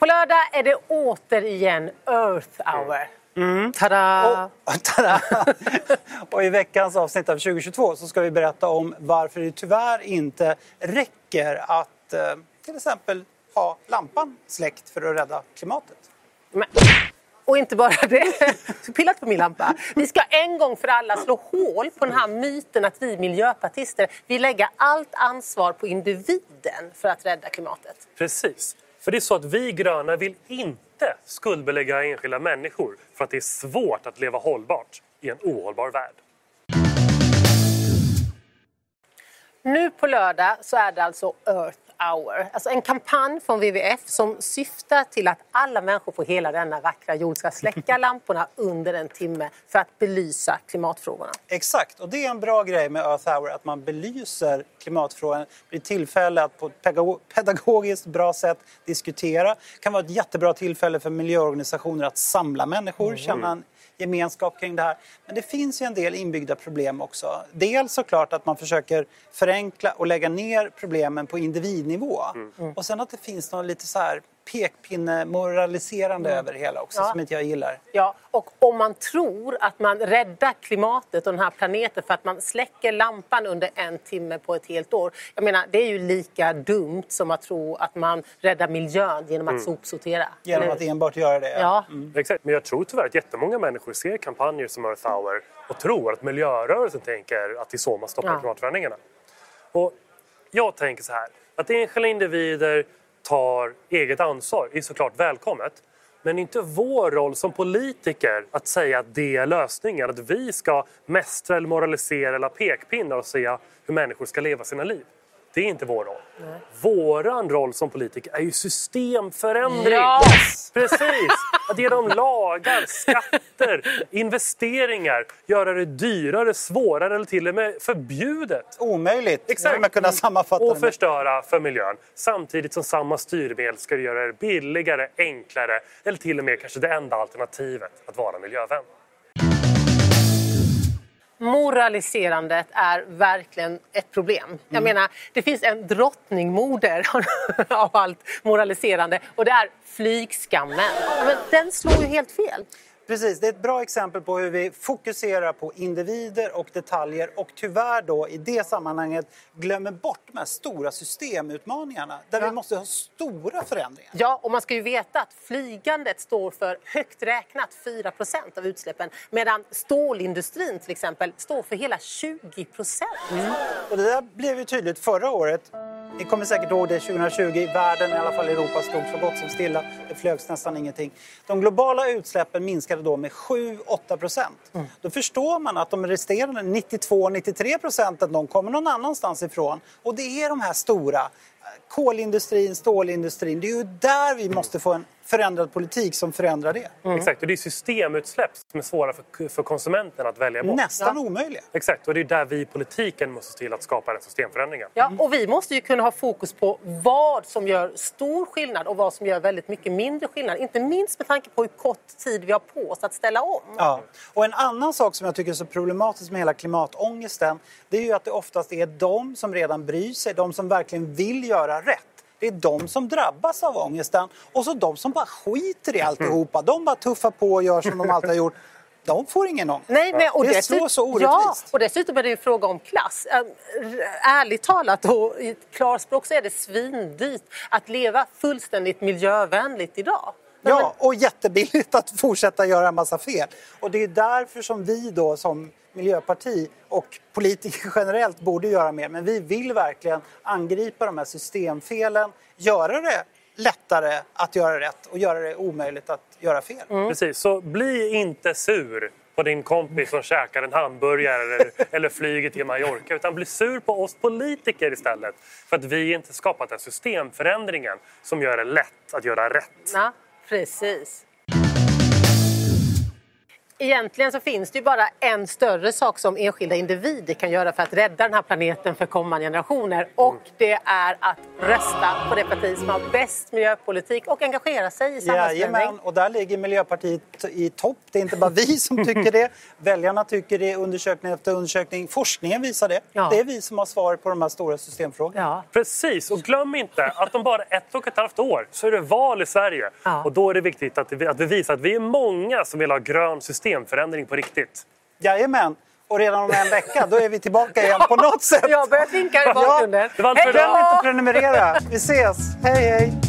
På lördag är det återigen Earth Hour. Tada! Tada! Och i veckans avsnitt av 2022 så ska vi berätta om varför det tyvärr inte räcker att till exempel ha lampan släckt för att rädda klimatet. Och inte bara det, pillat på min lampa. Vi ska en gång för alla slå hål på den här myten att vi miljöpartister vill lägga allt ansvar på individen för att rädda klimatet. Precis. För det är så att vi gröna vill inte skuldbelägga enskilda människor för att det är svårt att leva hållbart i en ohållbar värld. Nu på lördag så är det alltså Earth Hour. Alltså en kampanj från WWF som syftar till att alla människor på hela denna vackra jord ska släcka lamporna under en timme för att belysa klimatfrågorna. Exakt, och det är en bra grej med Earth Hour att man belyser klimatfrågan. Det blir tillfälle att på ett pedagogiskt bra sätt diskutera. Det kan vara ett jättebra tillfälle för miljöorganisationer att samla människor, känna en gemenskap kring det här. Men det finns ju en del inbyggda problem också. Dels såklart att man försöker förenkla och lägga ner problemen på individnivå. Och sen att det finns något lite så här pekpinne moraliserande över det hela också, som inte jag gillar. Ja, och om man tror att man räddar klimatet och den här planeten för att man släcker lampan under en timme på ett helt år. Jag menar, det är ju lika dumt som att tro att man räddar miljön genom att sopsortera. Genom att enbart göra det. Ja. Exakt, men jag tror tyvärr att jättemånga människor ser kampanjer som Earth Hour och tror att miljörörelsen tänker att det är så man stoppar klimatförändringarna. Och jag tänker så här, att enskilda individer tar eget ansvar är såklart välkommet. Men inte vår roll som politiker att säga att det är lösningen. Att vi ska mästra eller moralisera eller pekpinnar och säga hur människor ska leva sina liv. Det är inte vår roll. Nej. Våran roll som politiker är ju systemförändring. Yes! Precis! Att ge dem lagar, skatter, investeringar. Göra det dyrare, svårare eller till och med förbjudet. Omöjligt. Exakt. Man kunna sammanfatta och förstöra för miljön. Samtidigt som samma styrmedel ska göra det billigare, enklare eller till och med kanske det enda alternativet att vara miljövän. Moraliserandet är verkligen ett problem. Jag menar, det finns en drottningmoder av allt moraliserande och det är flygskammen. Men den slår ju helt fel. Precis, det är ett bra exempel på hur vi fokuserar på individer och detaljer och tyvärr då i det sammanhanget glömmer bort de här stora systemutmaningarna där vi måste ha stora förändringar. Ja, och man ska ju veta att flygandet står för högt räknat 4% av utsläppen medan stålindustrin till exempel står för hela 20%. Och det där blev ju tydligt förra året. Ni kommer säkert ihåg det 2020. Världen, i alla fall Europa, stod så gott som stilla. Det flögs nästan ingenting. De globala utsläppen minskade då med 7-8%. Då förstår man att de resterande 92-93% de kommer någon annanstans ifrån. Och det är de här stora kolindustrin, stålindustrin. Det är ju där vi måste få en förändrad politik som förändrar det. Exakt, och det är systemutsläpp som är svåra för konsumenten att välja bort. Nästan omöjliga. Exakt, och det är där vi i politiken måste se till att skapa den systemförändringen. Ja, och vi måste ju kunna ha fokus på vad som gör stor skillnad och vad som gör väldigt mycket mindre skillnad. Inte minst med tanke på hur kort tid vi har på oss att ställa om. Ja, och en annan sak som jag tycker är så problematisk med hela klimatångesten, det är ju att det oftast är de som redan bryr sig, de som verkligen vill göra rätt. Det är de som drabbas av ångesten och så de som bara skiter i alltihopa. De bara tuffar på och gör som de alltid har gjort. De får ingen ångest. Nej, och det slår så orättvist. Ja, och dessutom är det ju fråga om klass. Ärligt talat och i klarspråk så är det svindyrt att leva fullständigt miljövänligt idag. Ja, och jättebilligt att fortsätta göra en massa fel. Och det är därför som vi då som miljöparti och politiker generellt borde göra mer. Men vi vill verkligen angripa de här systemfelen, göra det lättare att göra rätt och göra det omöjligt att göra fel. Precis, så bli inte sur på din kompis som käkar en hamburgare eller flyger till Mallorca, utan bli sur på oss politiker istället. För att vi inte skapat den systemförändringen som gör det lätt att göra rätt. Ja, precis. Egentligen så finns det ju bara en större sak som enskilda individer kan göra för att rädda den här planeten för kommande generationer. Och det är att rösta på det parti som har bäst miljöpolitik och engagera sig i samhällsförändring. Jajamän, och där ligger Miljöpartiet i topp. Det är inte bara vi som tycker det. Väljarna tycker det, undersökning efter undersökning. Forskningen visar det. Ja. Det är vi som har svar på de här stora systemfrågorna. Ja. Precis, och glöm inte att om bara 1,5 år så är det val i Sverige. Ja. Och då är det viktigt att vi visar att vi är många som vill ha grön systemförändring på riktigt. Jajamän. Och redan om en vecka, då är vi tillbaka igen på något sätt. Jag börjar vinka i bakgrunden. Glöm inte att prenumerera. Vi ses. Hej, hej.